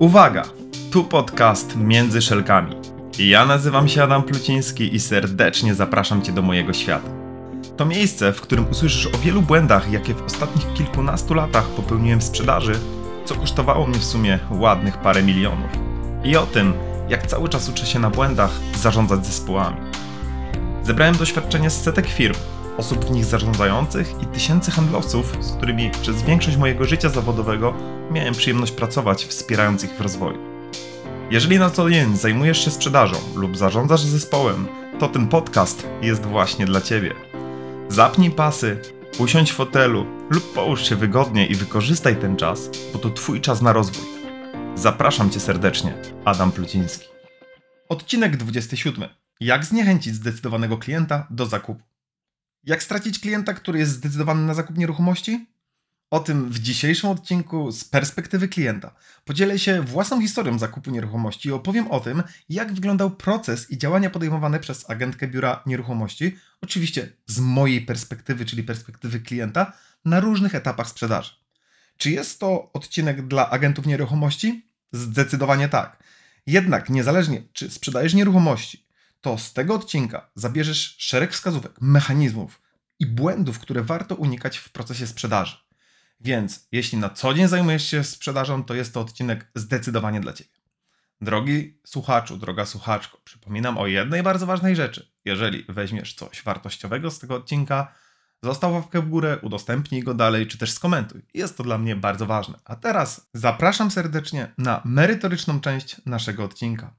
Uwaga! Tu podcast Między Szelkami. Ja nazywam się Adam Pluciński i serdecznie zapraszam Cię do mojego świata. To miejsce, w którym usłyszysz o wielu błędach, jakie w ostatnich kilkunastu latach popełniłem w sprzedaży, co kosztowało mnie w sumie ładnych parę milionów. I o tym, jak cały czas uczę się na błędach zarządzać zespołami. Zebrałem doświadczenie z setek firm, osób w nich zarządzających i tysięcy handlowców, z którymi przez większość mojego życia zawodowego miałem przyjemność pracować, wspierając ich w rozwoju. Jeżeli na co dzień zajmujesz się sprzedażą lub zarządzasz zespołem, to ten podcast jest właśnie dla Ciebie. Zapnij pasy, usiądź w fotelu lub połóż się wygodnie i wykorzystaj ten czas, bo to Twój czas na rozwój. Zapraszam Cię serdecznie, Adam Pluciński. Odcinek 27. Jak zniechęcić zdecydowanego klienta do zakupu? Jak stracić klienta, który jest zdecydowany na zakup nieruchomości? O tym w dzisiejszym odcinku z perspektywy klienta. Podzielę się własną historią zakupu nieruchomości i opowiem o tym, jak wyglądał proces i działania podejmowane przez agentkę biura nieruchomości, oczywiście z mojej perspektywy, czyli perspektywy klienta, na różnych etapach sprzedaży. Czy jest to odcinek dla agentów nieruchomości? Zdecydowanie tak. Jednak niezależnie, czy sprzedajesz nieruchomości, to z tego odcinka zabierzesz szereg wskazówek, mechanizmów i błędów, które warto unikać w procesie sprzedaży. Więc jeśli na co dzień zajmujesz się sprzedażą, to jest to odcinek zdecydowanie dla Ciebie. Drogi słuchaczu, droga słuchaczko, przypominam o jednej bardzo ważnej rzeczy. Jeżeli weźmiesz coś wartościowego z tego odcinka, zostaw łapkę w górę, udostępnij go dalej, czy też skomentuj. Jest to dla mnie bardzo ważne. A teraz zapraszam serdecznie na merytoryczną część naszego odcinka.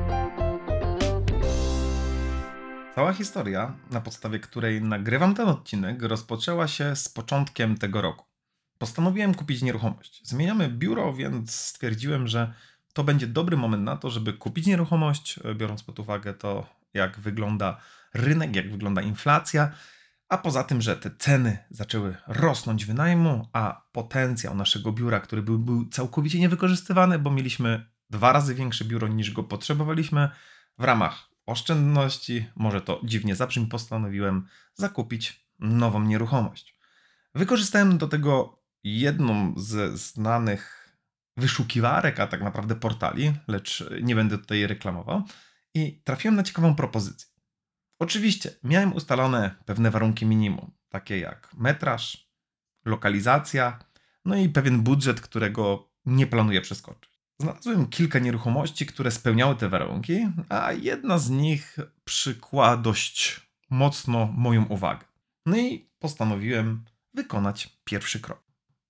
Cała historia, na podstawie której nagrywam ten odcinek, rozpoczęła się z początkiem tego roku. Postanowiłem kupić nieruchomość. Zmieniamy biuro, więc stwierdziłem, że to będzie dobry moment na to, żeby kupić nieruchomość, biorąc pod uwagę to, jak wygląda rynek, jak wygląda inflacja, a poza tym, że te ceny zaczęły rosnąć wynajmu, a potencjał naszego biura, który był całkowicie niewykorzystywany, bo mieliśmy 2 razy większe biuro niż go potrzebowaliśmy, w ramach oszczędności, może to dziwnie zabrzmi, postanowiłem zakupić nową nieruchomość. Wykorzystałem do tego jedną ze znanych wyszukiwarek, a tak naprawdę portali, lecz nie będę tutaj reklamował, i trafiłem na ciekawą propozycję. Oczywiście miałem ustalone pewne warunki minimum, takie jak metraż, lokalizacja, no i pewien budżet, którego nie planuję przeskoczyć. Znalazłem kilka nieruchomości, które spełniały te warunki, a jedna z nich przykładała dość mocno moją uwagę. No i postanowiłem wykonać pierwszy krok.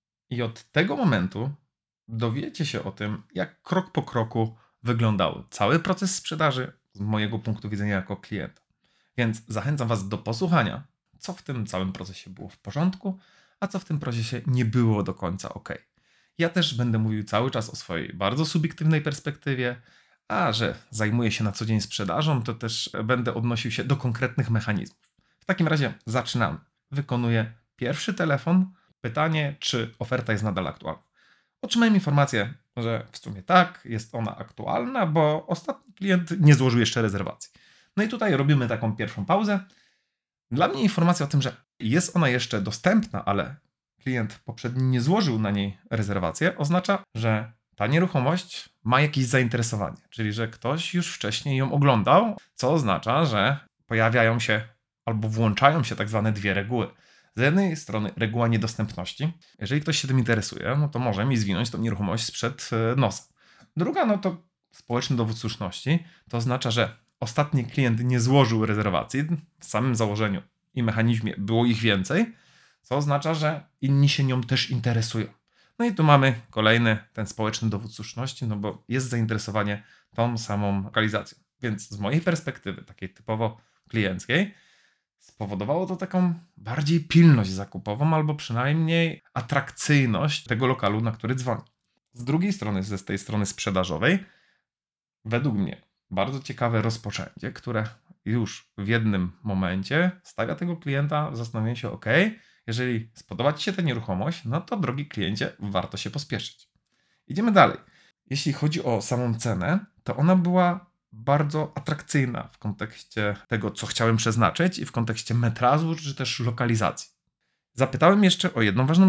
I od tego momentu dowiecie się o tym, jak krok po kroku wyglądał cały proces sprzedaży z mojego punktu widzenia jako klienta. Więc zachęcam Was do posłuchania, co w tym całym procesie było w porządku, a co w tym procesie nie było do końca ok. Ja też będę mówił cały czas o swojej bardzo subiektywnej perspektywie, a że zajmuję się na co dzień sprzedażą, to też będę odnosił się do konkretnych mechanizmów. W takim razie zaczynamy. Wykonuję pierwszy telefon. Pytanie, czy oferta jest nadal aktualna. Otrzymałem informację, że w sumie tak, jest ona aktualna, bo ostatni klient nie złożył jeszcze rezerwacji. No i tutaj robimy taką pierwszą pauzę. Dla mnie informacja o tym, że jest ona jeszcze dostępna, ale klient poprzedni nie złożył na niej rezerwację, oznacza, że ta nieruchomość ma jakieś zainteresowanie, czyli że ktoś już wcześniej ją oglądał, co oznacza, że pojawiają się albo włączają się tak zwane 2 reguły. Z jednej strony reguła niedostępności. Jeżeli ktoś się tym interesuje, no to może mi zwinąć tą nieruchomość sprzed nosa. Druga, no to społeczny dowód słuszności. To oznacza, że ostatni klient nie złożył rezerwacji. W samym założeniu i mechanizmie było ich więcej, co oznacza, że inni się nią też interesują. No i tu mamy kolejny ten społeczny dowód słuszności, no bo jest zainteresowanie tą samą lokalizacją. Więc z mojej perspektywy, takiej typowo klienckiej, spowodowało to taką bardziej pilność zakupową, albo przynajmniej atrakcyjność tego lokalu, na który dzwoni. Z drugiej strony, z tej strony sprzedażowej, według mnie bardzo ciekawe rozpoczęcie, które już w jednym momencie stawia tego klienta w zastanowieniu się, ok, jeżeli spodoba Ci się ta nieruchomość, no to drogi kliencie, warto się pospieszyć. Idziemy dalej. Jeśli chodzi o samą cenę, to ona była bardzo atrakcyjna w kontekście tego, co chciałem przeznaczyć i w kontekście metrażu, czy też lokalizacji. Zapytałem jeszcze o jedną ważną rzecz.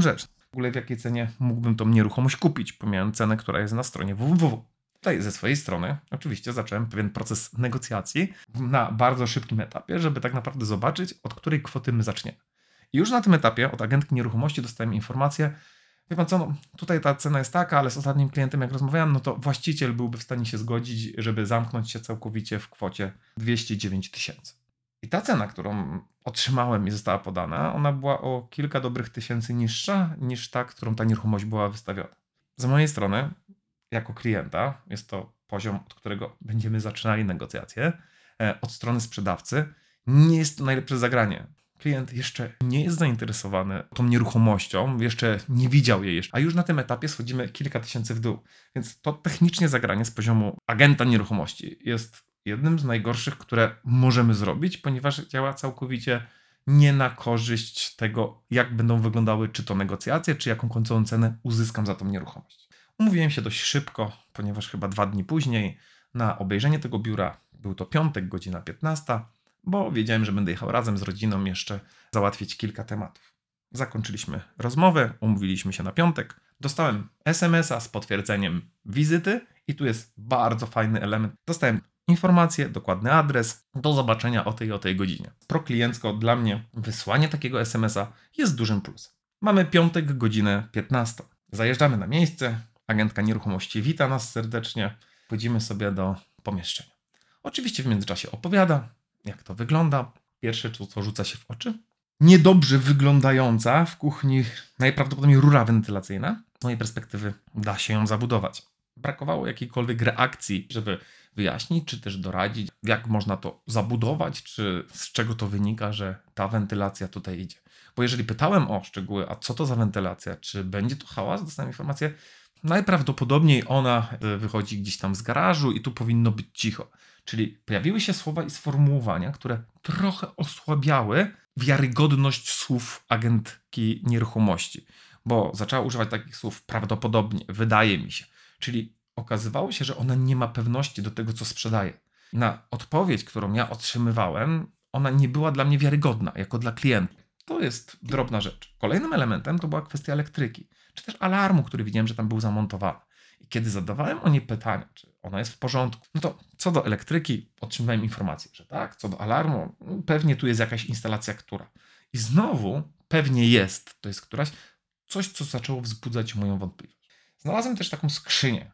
w ogóle w jakiej cenie mógłbym tą nieruchomość kupić, pomijając cenę, która jest na stronie www. Tutaj ze swojej strony oczywiście zacząłem pewien proces negocjacji na bardzo szybkim etapie, żeby tak naprawdę zobaczyć, od której kwoty my zaczniemy. I już na tym etapie od agentki nieruchomości dostałem informację, wie pan co, no, tutaj ta cena jest taka, ale z ostatnim klientem jak rozmawiałem, no to właściciel byłby w stanie się zgodzić, żeby zamknąć się całkowicie w kwocie 209 tysięcy. I ta cena, którą otrzymałem i została podana, ona była o kilka dobrych tysięcy niższa niż ta, którą ta nieruchomość była wystawiona. Z mojej strony, jako klienta, jest to poziom, od którego będziemy zaczynali negocjacje. Od strony sprzedawcy nie jest to najlepsze zagranie. Klient jeszcze nie jest zainteresowany tą nieruchomością, jeszcze nie widział jej jeszcze, a już na tym etapie schodzimy kilka tysięcy w dół. Więc to technicznie zagranie z poziomu agenta nieruchomości jest jednym z najgorszych, które możemy zrobić, ponieważ działa całkowicie nie na korzyść tego, jak będą wyglądały czy to negocjacje, czy jaką końcową cenę uzyskam za tą nieruchomość. Umówiłem się dość szybko, ponieważ chyba 2 dni później na obejrzenie tego biura, był to piątek, godzina 15, bo wiedziałem, że będę jechał razem z rodziną jeszcze załatwić kilka tematów. Zakończyliśmy rozmowę, umówiliśmy się na piątek, dostałem SMS-a z potwierdzeniem wizyty i tu jest bardzo fajny element. Dostałem informację, dokładny adres, do zobaczenia o tej godzinie. Prokliencko dla mnie wysłanie takiego SMS-a jest dużym plusem. Mamy piątek, godzinę 15. Zajeżdżamy na miejsce, agentka nieruchomości wita nas serdecznie, wchodzimy sobie do pomieszczenia. Oczywiście w międzyczasie opowiada, jak to wygląda. Pierwsze, co rzuca się w oczy, niedobrze wyglądająca w kuchni najprawdopodobniej rura wentylacyjna. Z mojej perspektywy da się ją zabudować. Brakowało jakiejkolwiek reakcji, żeby wyjaśnić, czy też doradzić, jak można to zabudować, czy z czego to wynika, że ta wentylacja tutaj idzie. Bo jeżeli pytałem o szczegóły, a co to za wentylacja, czy będzie to hałas, dostałem informację, najprawdopodobniej ona wychodzi gdzieś tam z garażu i tu powinno być cicho. Czyli pojawiły się słowa i sformułowania, które trochę osłabiały wiarygodność słów agentki nieruchomości, bo zaczęła używać takich słów prawdopodobnie, wydaje mi się. Czyli okazywało się, że ona nie ma pewności do tego, co sprzedaje. Na odpowiedź, którą ja otrzymywałem, ona nie była dla mnie wiarygodna, jako dla klienta. To jest drobna rzecz. Kolejnym elementem to była kwestia elektryki, czy też alarmu, który widziałem, że tam był zamontowany. I kiedy zadawałem o niej pytania, czy ona jest w porządku, no to co do elektryki otrzymałem informację, że tak, co do alarmu, pewnie tu jest jakaś instalacja, która. I znowu pewnie jest, to jest któraś, coś, co zaczęło wzbudzać moją wątpliwość. Znalazłem też taką skrzynię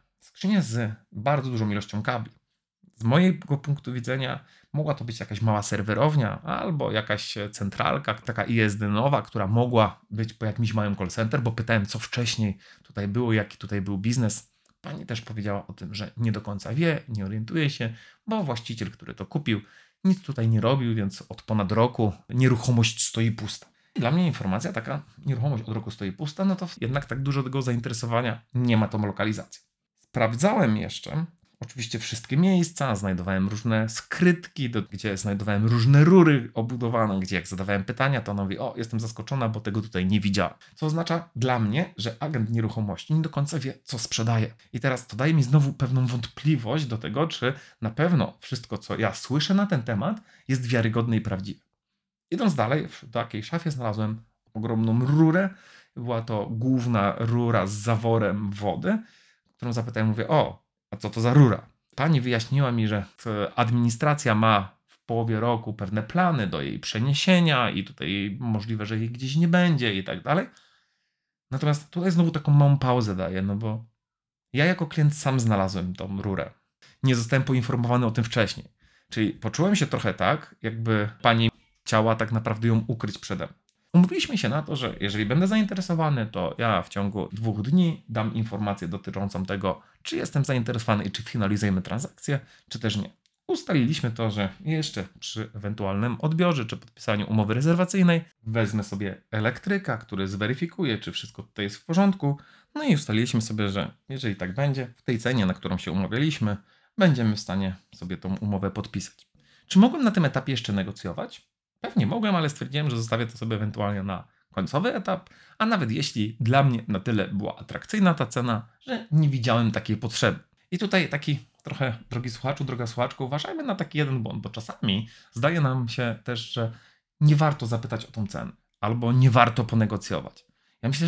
z bardzo dużą ilością kabli. Z mojego punktu widzenia mogła to być jakaś mała serwerownia albo jakaś centralka, taka ISDN-owa, która mogła być po jakimś małym call center, bo pytałem, co wcześniej tutaj było, jaki tutaj był biznes. Pani też powiedziała o tym, że nie do końca wie, nie orientuje się, bo właściciel, który to kupił, nic tutaj nie robił, więc od ponad roku nieruchomość stoi pusta. Dla mnie informacja taka, nieruchomość od roku stoi pusta, no to jednak tak dużo tego zainteresowania nie ma tą lokalizacją. Sprawdzałem jeszcze, oczywiście wszystkie miejsca, znajdowałem różne skrytki, gdzie znajdowałem różne rury obudowane, gdzie jak zadawałem pytania, to ona mówi, o, jestem zaskoczona, bo tego tutaj nie widziałem. Co oznacza dla mnie, że agent nieruchomości nie do końca wie, co sprzedaje. I teraz to daje mi znowu pewną wątpliwość do tego, czy na pewno wszystko, co ja słyszę na ten temat, jest wiarygodne i prawdziwe. Idąc dalej, w takiej szafie znalazłem ogromną rurę. Była to główna rura z zaworem wody, którą zapytałem, mówię, o, a co to za rura? Pani wyjaśniła mi, że administracja ma w połowie roku pewne plany do jej przeniesienia i tutaj możliwe, że jej gdzieś nie będzie i tak dalej. Natomiast tutaj znowu taką małą pauzę daję, no bo ja jako klient sam znalazłem tą rurę. Nie zostałem poinformowany o tym wcześniej. Czyli poczułem się trochę tak, jakby pani chciała tak naprawdę ją ukryć przede mną. Umówiliśmy się na to, że jeżeli będę zainteresowany, to ja w ciągu 2 dni dam informację dotyczącą tego, czy jestem zainteresowany i czy finalizujemy transakcję, czy też nie. Ustaliliśmy to, że jeszcze przy ewentualnym odbiorze czy podpisaniu umowy rezerwacyjnej wezmę sobie elektryka, który zweryfikuje, czy wszystko tutaj jest w porządku. No i ustaliliśmy sobie, że jeżeli tak będzie, w tej cenie, na którą się umawialiśmy, będziemy w stanie sobie tą umowę podpisać. Czy mogłem na tym etapie jeszcze negocjować? Pewnie mogłem, ale stwierdziłem, że zostawię to sobie ewentualnie na końcowy etap, a nawet jeśli dla mnie na tyle była atrakcyjna ta cena, że nie widziałem takiej potrzeby. I tutaj taki trochę, drogi słuchaczu, droga słuchaczko, uważajmy na taki jeden błąd, bo czasami zdaje nam się też, że nie warto zapytać o tą cenę, albo nie warto ponegocjować. Ja myślę, że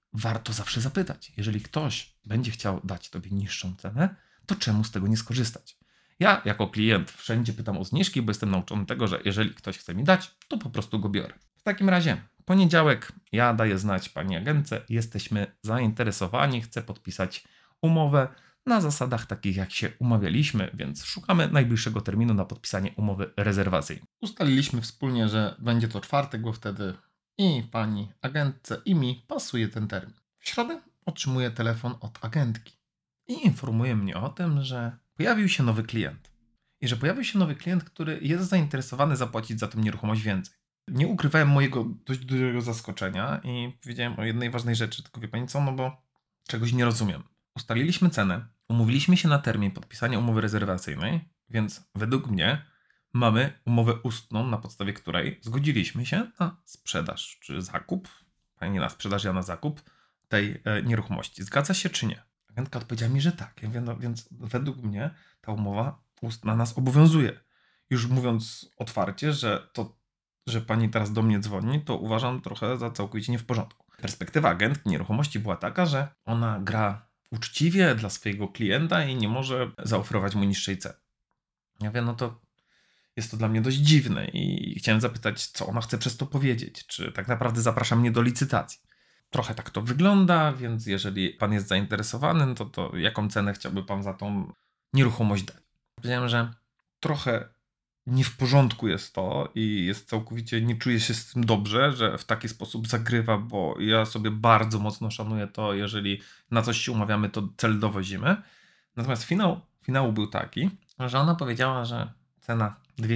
warto zawsze zapytać. Jeżeli ktoś będzie chciał dać tobie niższą cenę, to czemu z tego nie skorzystać? Ja jako klient wszędzie pytam o zniżki, bo jestem nauczony tego, że jeżeli ktoś chce mi dać, to po prostu go biorę. W takim razie, poniedziałek, ja daję znać pani agentce, jesteśmy zainteresowani, chcę podpisać umowę na zasadach takich, jak się umawialiśmy, więc szukamy najbliższego terminu na podpisanie umowy rezerwacyjnej. Ustaliliśmy wspólnie, że będzie to czwartek, bo wtedy i pani agentce, i mi pasuje ten termin. W środę otrzymuję telefon od agentki i informuje mnie o tym, że pojawił się nowy klient. I że pojawił się nowy klient, który jest zainteresowany zapłacić za tę nieruchomość więcej. Nie ukrywałem mojego dość dużego zaskoczenia i powiedziałem o jednej ważnej rzeczy, tylko wie pani co, no bo czegoś nie rozumiem. Ustaliliśmy cenę, umówiliśmy się na termin podpisania umowy rezerwacyjnej, więc według mnie mamy umowę ustną, na podstawie której zgodziliśmy się na sprzedaż czy zakup, pani na sprzedaż, ja na zakup tej nieruchomości. Zgadza się czy nie? Agentka odpowiedziała mi, że tak. Ja mówię, no więc według mnie ta umowa ustna nas obowiązuje. Już mówiąc otwarcie, że pani teraz do mnie dzwoni, to uważam trochę za całkowicie nie w porządku. Perspektywa agentki nieruchomości była taka, że ona gra uczciwie dla swojego klienta i nie może zaoferować mu niższej ceny. Ja wiem, no to jest to dla mnie dość dziwne i chciałem zapytać, co ona chce przez to powiedzieć, czy tak naprawdę zaprasza mnie do licytacji. Trochę tak to wygląda, więc jeżeli pan jest zainteresowany, no to jaką cenę chciałby pan za tą nieruchomość dać? Powiedziałem, że trochę nie w porządku jest to i jest całkowicie, nie czuję się z tym dobrze, że w taki sposób zagrywa, bo ja sobie bardzo mocno szanuję to, jeżeli na coś się umawiamy, to cel dowozimy. Natomiast finału był taki, że ona powiedziała, że cena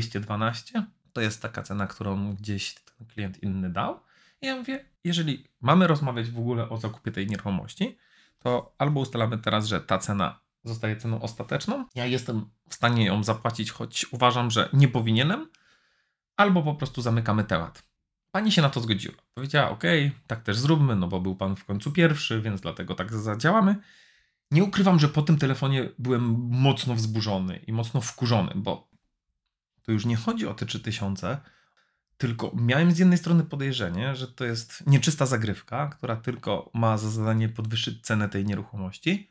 212 to jest taka cena, którą gdzieś ten klient inny dał. I ja mówię, jeżeli mamy rozmawiać w ogóle o zakupie tej nieruchomości, to albo ustalamy teraz, że ta cena zostaje ceną ostateczną, ja jestem w stanie ją zapłacić, choć uważam, że nie powinienem, albo po prostu zamykamy temat. Pani się na to zgodziła. Powiedziała, okej, tak też zróbmy, no bo był pan w końcu pierwszy, więc dlatego tak zadziałamy. Nie ukrywam, że po tym telefonie byłem mocno wzburzony i mocno wkurzony, bo to już nie chodzi o te 3000, tylko miałem z jednej strony podejrzenie, że to jest nieczysta zagrywka, która tylko ma za zadanie podwyższyć cenę tej nieruchomości.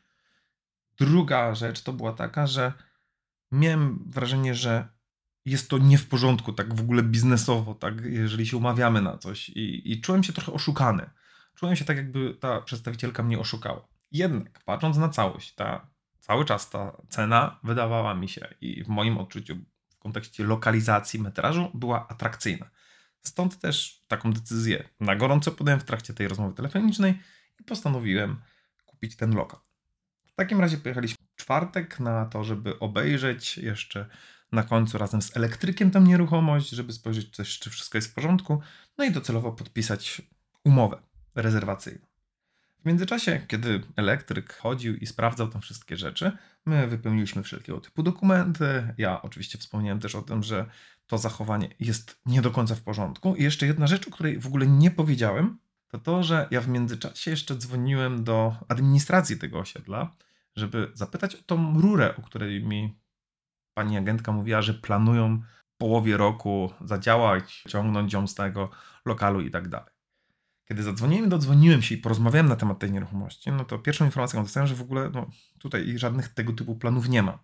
Druga rzecz to była taka, że miałem wrażenie, że jest to nie w porządku, tak w ogóle biznesowo, tak, jeżeli się umawiamy na coś i czułem się trochę oszukany. Czułem się tak, jakby ta przedstawicielka mnie oszukała. Jednak, patrząc na całość, cały czas ta cena wydawała mi się i w moim odczuciu w kontekście lokalizacji metrażu była atrakcyjna. Stąd też taką decyzję na gorąco podjąłem w trakcie tej rozmowy telefonicznej i postanowiłem kupić ten lokal. W takim razie pojechaliśmy w czwartek na to, żeby obejrzeć jeszcze na końcu razem z elektrykiem tę nieruchomość, żeby spojrzeć też, czy wszystko jest w porządku, no i docelowo podpisać umowę rezerwacyjną. W międzyczasie, kiedy elektryk chodził i sprawdzał tam wszystkie rzeczy, my wypełniliśmy wszelkiego typu dokumenty. Ja oczywiście wspomniałem też o tym, że to zachowanie jest nie do końca w porządku. I jeszcze jedna rzecz, o której w ogóle nie powiedziałem, to to, że ja w międzyczasie jeszcze dzwoniłem do administracji tego osiedla, żeby zapytać o tą rurę, o której mi pani agentka mówiła, że planują w połowie roku zadziałać, ciągnąć ją z tego lokalu i tak dalej. Kiedy dodzwoniłem się i porozmawiałem na temat tej nieruchomości, no to pierwszą informacją dostałem, że w ogóle tutaj żadnych tego typu planów nie ma.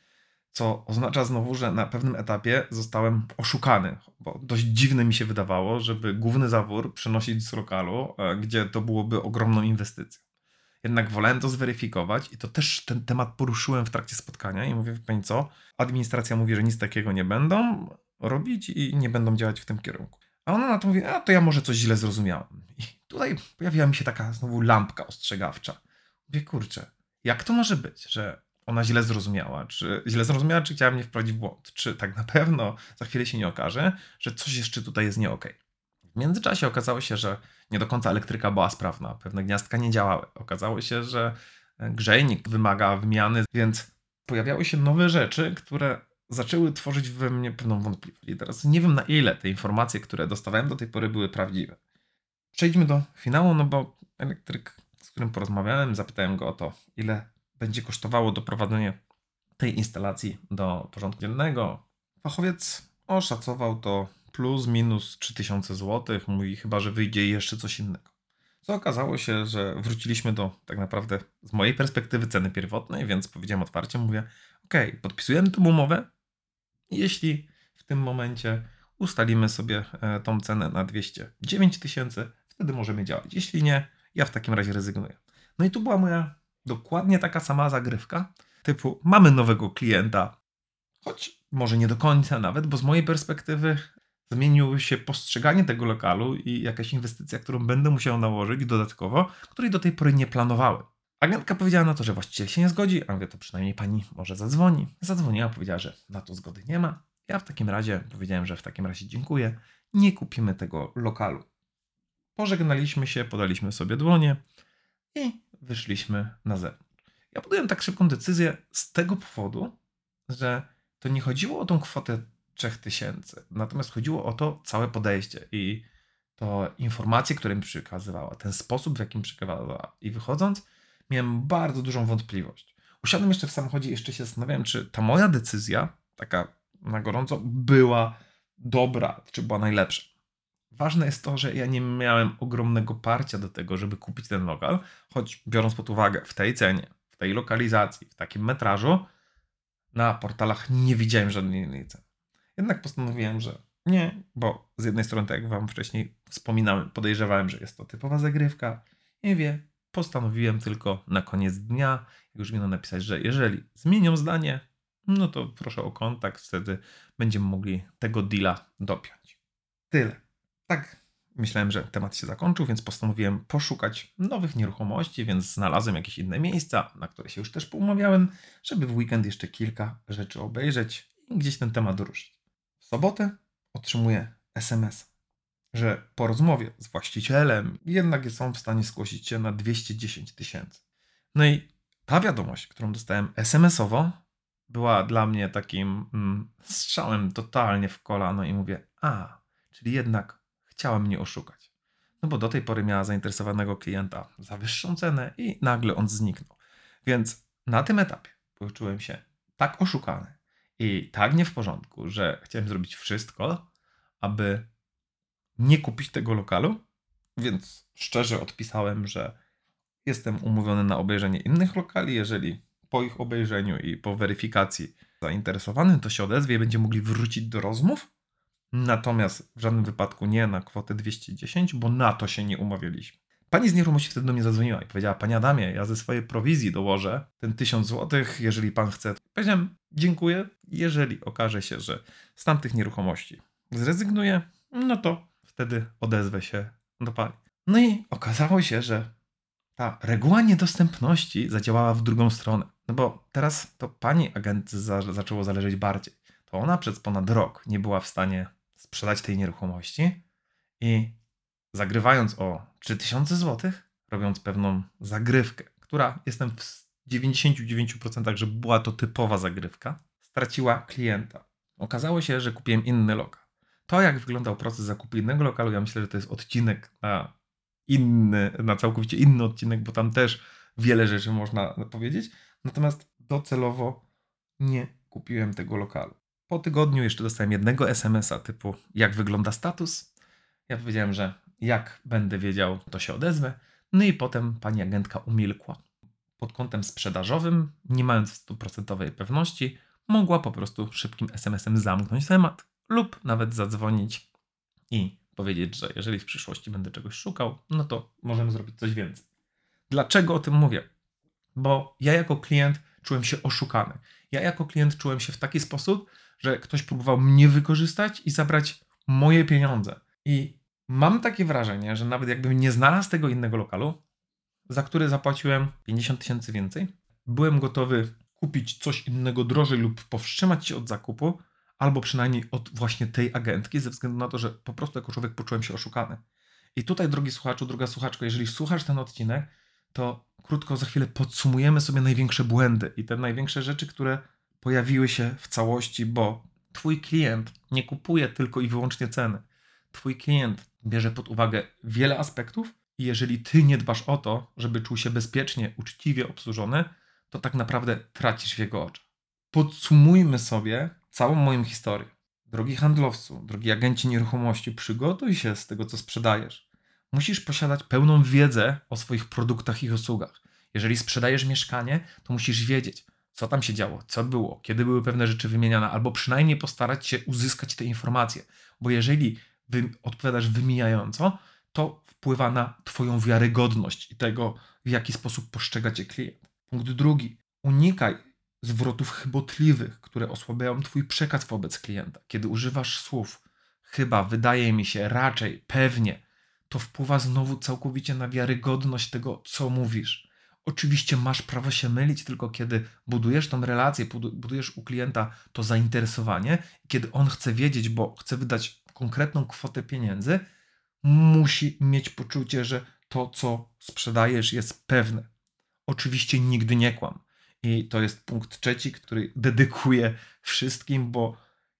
Co oznacza znowu, że na pewnym etapie zostałem oszukany, bo dość dziwne mi się wydawało, żeby główny zawór przenosić z lokalu, gdzie to byłoby ogromną inwestycją. Jednak wolałem to zweryfikować i to też ten temat poruszyłem w trakcie spotkania i mówię, wie pani co, administracja mówi, że nic takiego nie będą robić i nie będą działać w tym kierunku. A ona na to mówi, a to ja może coś źle zrozumiałam. I tutaj pojawiła mi się taka znowu lampka ostrzegawcza. Mówię, kurczę, jak to może być, że ona źle zrozumiała? Czy źle zrozumiała, czy chciała mnie wprowadzić w błąd? Czy tak na pewno za chwilę się nie okaże, że coś jeszcze tutaj jest nie okej? W międzyczasie okazało się, że nie do końca elektryka była sprawna, pewne gniazdka nie działały. Okazało się, że grzejnik wymaga wymiany, więc pojawiały się nowe rzeczy, które zaczęły tworzyć we mnie pewną wątpliwość. I teraz nie wiem, na ile te informacje, które dostawałem do tej pory, były prawdziwe. Przejdźmy do finału, no bo elektryk, z którym porozmawiałem, zapytałem go o to, ile będzie kosztowało doprowadzenie tej instalacji do porządku dziennego. Fachowiec oszacował to plus minus 3000 zł. Mówi, chyba że wyjdzie jeszcze coś innego. Co okazało się, że wróciliśmy do tak naprawdę z mojej perspektywy ceny pierwotnej, więc powiedziałem otwarcie, mówię, okej, podpisujemy tę umowę, jeśli w tym momencie ustalimy sobie tą cenę na 209 tysięcy, wtedy możemy działać. Jeśli nie, ja w takim razie rezygnuję. No i tu była moja dokładnie taka sama zagrywka, typu mamy nowego klienta, choć może nie do końca nawet, bo z mojej perspektywy zmieniło się postrzeganie tego lokalu i jakaś inwestycja, którą będę musiał nałożyć dodatkowo, której do tej pory nie planowałem. Agentka powiedziała na to, że właściciel się nie zgodzi, a mówię, to przynajmniej pani może zadzwoni. Zadzwoniła, powiedziała, że na to zgody nie ma. Ja w takim razie powiedziałem, że w takim razie dziękuję, nie kupimy tego lokalu. Pożegnaliśmy się, podaliśmy sobie dłonie i wyszliśmy na zewnątrz. Ja podjąłem tak szybką decyzję z tego powodu, że to nie chodziło o tą kwotę 3000, natomiast chodziło o to całe podejście i to informacje, które mi przekazywała, ten sposób, w jakim przekazywała. I wychodząc, miałem bardzo dużą wątpliwość. Usiadłem jeszcze w samochodzie i jeszcze się zastanawiałem, czy ta moja decyzja, taka na gorąco, była dobra, czy była najlepsza. Ważne jest to, że ja nie miałem ogromnego parcia do tego, żeby kupić ten lokal, choć biorąc pod uwagę w tej cenie, w tej lokalizacji, w takim metrażu, na portalach nie widziałem żadnej innej ceny. Jednak postanowiłem, że nie, bo z jednej strony, tak jak wam wcześniej wspominałem, podejrzewałem, że jest to typowa zagrywka. Nie wie, postanowiłem tylko na koniec dnia, jak już miano napisać, że jeżeli zmienią zdanie, no to proszę o kontakt, wtedy będziemy mogli tego deala dopiąć. Tyle. Tak, myślałem, że temat się zakończył, więc postanowiłem poszukać nowych nieruchomości, więc znalazłem jakieś inne miejsca, na które się już też poumawiałem, żeby w weekend jeszcze kilka rzeczy obejrzeć i gdzieś ten temat ruszyć. W sobotę otrzymuję SMS, że po rozmowie z właścicielem jednak są w stanie zgłosić się na 210 tysięcy. No i ta wiadomość, którą dostałem SMS-owo, była dla mnie takim strzałem totalnie w kolano i mówię, czyli jednak chciała mnie oszukać. No bo do tej pory miała zainteresowanego klienta za wyższą cenę i nagle on zniknął. Więc na tym etapie poczułem się tak oszukany i tak nie w porządku, że chciałem zrobić wszystko, aby nie kupić tego lokalu, więc szczerze odpisałem, że jestem umówiony na obejrzenie innych lokali. Jeżeli po ich obejrzeniu i po weryfikacji zainteresowany, to się odezwie i będziemy mogli wrócić do rozmów. Natomiast w żadnym wypadku nie na kwotę 210, bo na to się nie umawialiśmy. Pani z nieruchomości wtedy do mnie zadzwoniła i powiedziała: Panie Adamie, ja ze swojej prowizji dołożę ten 1000 zł, jeżeli pan chce. Powiedziałem: dziękuję. Jeżeli okaże się, że z tamtych nieruchomości zrezygnuję, no to wtedy odezwę się do pani. No i okazało się, że ta reguła niedostępności zadziałała w drugą stronę. No bo teraz to pani agent zaczęło zależeć bardziej. To ona przez ponad rok nie była w stanie sprzedać tej nieruchomości i zagrywając o 3000 zł, robiąc pewną zagrywkę, która jestem w 99%, że była to typowa zagrywka, straciła klienta. Okazało się, że kupiłem inny lokal. To, jak wyglądał proces zakupu innego lokalu, ja myślę, że to jest odcinek na całkowicie inny odcinek, bo tam też wiele rzeczy można powiedzieć. Natomiast docelowo nie kupiłem tego lokalu. Po tygodniu jeszcze dostałem jednego SMS-a typu: jak wygląda status? Ja powiedziałem, że jak będę wiedział, to się odezwę. No i potem pani agentka umilkła. Pod kątem sprzedażowym, nie mając 100% pewności, mogła po prostu szybkim SMS-em zamknąć temat lub nawet zadzwonić i powiedzieć, że jeżeli w przyszłości będę czegoś szukał, no to możemy zrobić coś więcej. Dlaczego o tym mówię? Bo ja jako klient czułem się oszukany. Ja jako klient czułem się w taki sposób, że ktoś próbował mnie wykorzystać i zabrać moje pieniądze. I mam takie wrażenie, że nawet jakbym nie znalazł tego innego lokalu, za który zapłaciłem 50 tysięcy więcej, byłem gotowy kupić coś innego drożej lub powstrzymać się od zakupu, albo przynajmniej od właśnie tej agentki, ze względu na to, że po prostu jako człowiek poczułem się oszukany. I tutaj, drogi słuchaczu, droga słuchaczko, jeżeli słuchasz ten odcinek, to krótko za chwilę podsumujemy sobie największe błędy i te największe rzeczy, które pojawiły się w całości, bo twój klient nie kupuje tylko i wyłącznie ceny. Twój klient bierze pod uwagę wiele aspektów i jeżeli ty nie dbasz o to, żeby czuł się bezpiecznie, uczciwie obsłużony, to tak naprawdę tracisz w jego oczach. Podsumujmy sobie całą moją historię. Drogi handlowcu, drogi agenci nieruchomości, przygotuj się z tego, co sprzedajesz, Musisz posiadać pełną wiedzę o swoich produktach i usługach. Jeżeli sprzedajesz mieszkanie, to musisz wiedzieć, co tam się działo, co było, kiedy były pewne rzeczy wymieniane, albo przynajmniej postarać się uzyskać te informacje. Bo jeżeli odpowiadasz wymijająco, to wpływa na twoją wiarygodność i tego, w jaki sposób postrzega cię klient. Punkt drugi. Unikaj zwrotów chybotliwych, które osłabiają twój przekaz wobec klienta. Kiedy używasz słów chyba, wydaje mi się, raczej, pewnie, to wpływa znowu całkowicie na wiarygodność tego, co mówisz. Oczywiście masz prawo się mylić, tylko kiedy budujesz tą relację, budujesz u klienta to zainteresowanie, kiedy on chce wiedzieć, bo chce wydać konkretną kwotę pieniędzy, musi mieć poczucie, że to, co sprzedajesz, jest pewne. Oczywiście nigdy nie kłam. I to jest punkt trzeci, który dedykuję wszystkim, bo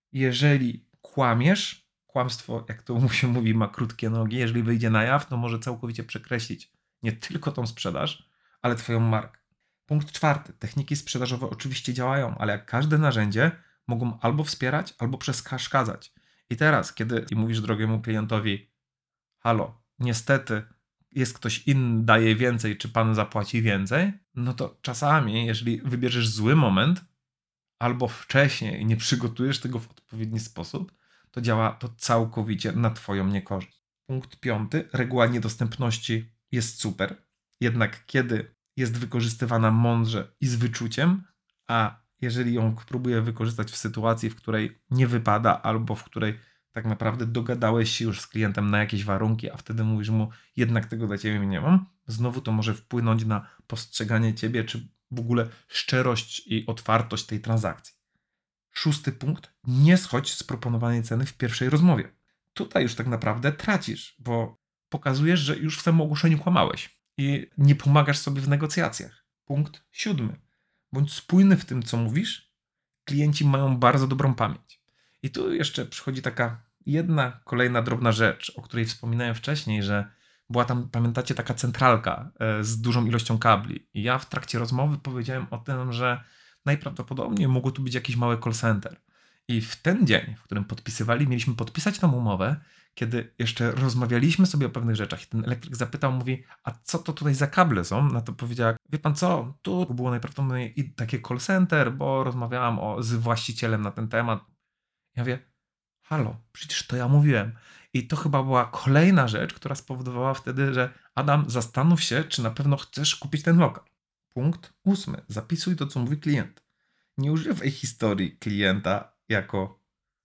jeżeli kłamiesz, kłamstwo, jak to się mówi, ma krótkie nogi, jeżeli wyjdzie na jaw, to może całkowicie przekreślić nie tylko tą sprzedaż, ale twoją markę. Punkt czwarty. Techniki sprzedażowe oczywiście działają, ale jak każde narzędzie, mogą albo wspierać, albo przeszkadzać. I teraz, kiedy mówisz drogiemu klientowi, halo, niestety jest ktoś inny, daje więcej, czy pan zapłaci więcej, no to czasami, jeżeli wybierzesz zły moment, albo wcześniej i nie przygotujesz tego w odpowiedni sposób, to działa to całkowicie na twoją niekorzyść. Punkt piąty. Reguła niedostępności jest super, jednak kiedy jest wykorzystywana mądrze i z wyczuciem, a jeżeli ją próbuję wykorzystać w sytuacji, w której nie wypada, albo w której tak naprawdę dogadałeś się już z klientem na jakieś warunki, a wtedy mówisz mu, jednak tego dla ciebie nie mam, znowu to może wpłynąć na postrzeganie ciebie, czy w ogóle szczerość i otwartość tej transakcji. Szósty punkt. Nie schodź z proponowanej ceny w pierwszej rozmowie. Tutaj już tak naprawdę tracisz, bo pokazujesz, że już w samym ogłoszeniu kłamałeś i nie pomagasz sobie w negocjacjach. Punkt siódmy. Bądź spójny w tym, co mówisz. Klienci mają bardzo dobrą pamięć. I tu jeszcze przychodzi taka jedna kolejna drobna rzecz, o której wspominałem wcześniej, że była tam, pamiętacie, taka centralka z dużą ilością kabli. I ja w trakcie rozmowy powiedziałem o tym, że najprawdopodobniej mogło tu być jakiś mały call center. I w ten dzień, w którym mieliśmy podpisać tą umowę, kiedy jeszcze rozmawialiśmy sobie o pewnych rzeczach i ten elektryk zapytał, mówi, a co to tutaj za kable są? Na to powiedziała, wie pan co, tu było najprawdopodobniej i takie call center, bo rozmawiałam z właścicielem na ten temat. Ja mówię, halo, przecież to ja mówiłem. I to chyba była kolejna rzecz, która spowodowała wtedy, że Adam, zastanów się, czy na pewno chcesz kupić ten lokal. Punkt ósmy. Zapisuj to, co mówi klient. Nie używaj historii klienta jako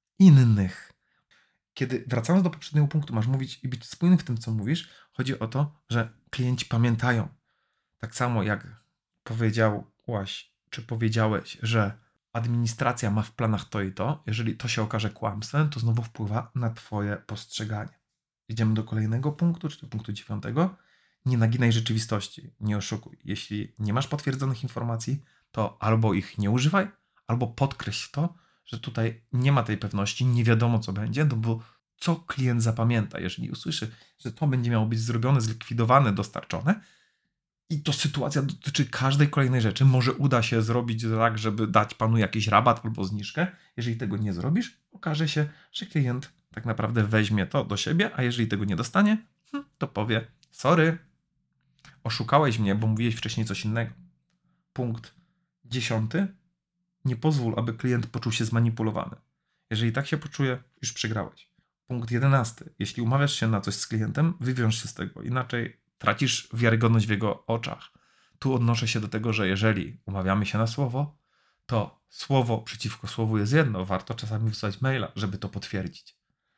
innych. Kiedy wracając do poprzedniego punktu, masz mówić i być spójny w tym, co mówisz, chodzi o to, że klienci pamiętają. Tak samo jak powiedziałaś, czy powiedziałeś, że administracja ma w planach to i to, jeżeli to się okaże kłamstwem, to znowu wpływa na twoje postrzeganie. Idziemy do kolejnego punktu, czyli do punktu 9. Nie naginaj rzeczywistości, nie oszukuj. Jeśli nie masz potwierdzonych informacji, to albo ich nie używaj, albo podkreśl to, że tutaj nie ma tej pewności, nie wiadomo co będzie, no bo co klient zapamięta, jeżeli usłyszy, że to będzie miało być zrobione, zlikwidowane, dostarczone, i to sytuacja dotyczy każdej kolejnej rzeczy. Może uda się zrobić tak, żeby dać panu jakiś rabat albo zniżkę. Jeżeli tego nie zrobisz, okaże się, że klient tak naprawdę weźmie to do siebie, a jeżeli tego nie dostanie, to powie, sorry, oszukałeś mnie, bo mówiłeś wcześniej coś innego. Punkt 10. Nie pozwól, aby klient poczuł się zmanipulowany. Jeżeli tak się poczuje, już przegrałeś. Punkt 11. Jeśli umawiasz się na coś z klientem, wywiąż się z tego, inaczej tracisz wiarygodność w jego oczach. Tu odnoszę się do tego, że jeżeli umawiamy się na słowo, to słowo przeciwko słowu jest jedno. Warto czasami wysłać maila, żeby to potwierdzić.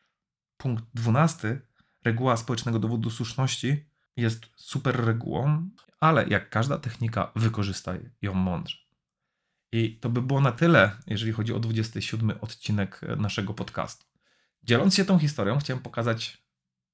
Punkt 12. Reguła społecznego dowodu słuszności jest super regułą, ale jak każda technika, wykorzystaj ją mądrze. I to by było na tyle, jeżeli chodzi o 27 odcinek naszego podcastu. Dzieląc się tą historią, chciałem pokazać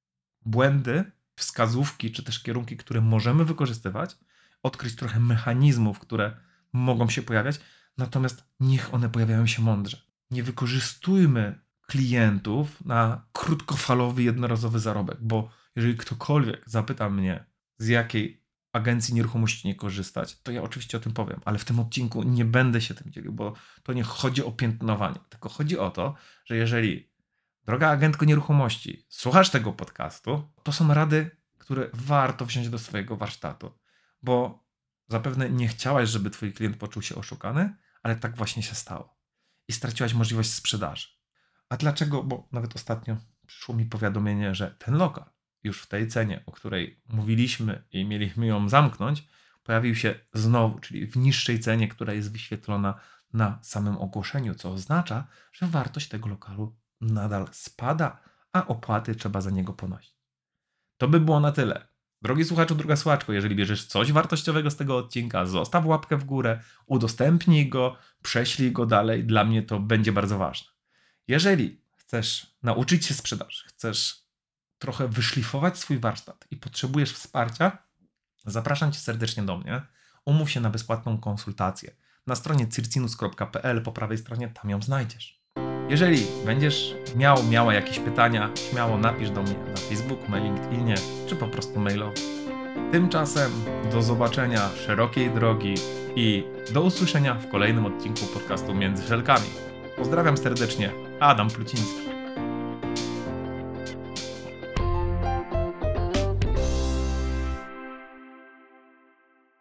błędy, wskazówki, czy też kierunki, które możemy wykorzystywać, odkryć trochę mechanizmów, które mogą się pojawiać, natomiast niech one pojawiają się mądrze. Nie wykorzystujmy klientów na krótkofalowy, jednorazowy zarobek, bo jeżeli ktokolwiek zapyta mnie, z jakiej agencji nieruchomości nie korzystać, to ja oczywiście o tym powiem, ale w tym odcinku nie będę się tym dzielił, bo to nie chodzi o piętnowanie, tylko chodzi o to, że jeżeli, droga agentko nieruchomości, słuchasz tego podcastu, to są rady które warto wziąć do swojego warsztatu, bo zapewne nie chciałaś, żeby twój klient poczuł się oszukany, ale tak właśnie się stało i straciłaś możliwość sprzedaży. A dlaczego? Bo nawet ostatnio przyszło mi powiadomienie, że ten lokal już w tej cenie, o której mówiliśmy i mieliśmy ją zamknąć, pojawił się znowu, czyli w niższej cenie, która jest wyświetlona na samym ogłoszeniu, co oznacza, że wartość tego lokalu nadal spada, a opłaty trzeba za niego ponosić. To by było na tyle. Drogi słuchaczu, droga słuchaczko, jeżeli bierzesz coś wartościowego z tego odcinka, zostaw łapkę w górę, udostępnij go, prześlij go dalej. Dla mnie to będzie bardzo ważne. Jeżeli chcesz nauczyć się sprzedaży, chcesz trochę wyszlifować swój warsztat i potrzebujesz wsparcia, zapraszam cię serdecznie do mnie. Umów się na bezpłatną konsultację. Na stronie circinus.pl po prawej stronie tam ją znajdziesz. Jeżeli będziesz miała jakieś pytania, śmiało napisz do mnie na Facebooku, na LinkedInie, czy po prostu mailowo. Tymczasem do zobaczenia szerokiej drogi i do usłyszenia w kolejnym odcinku podcastu Między Szelkami. Pozdrawiam serdecznie, Adam Pluciński.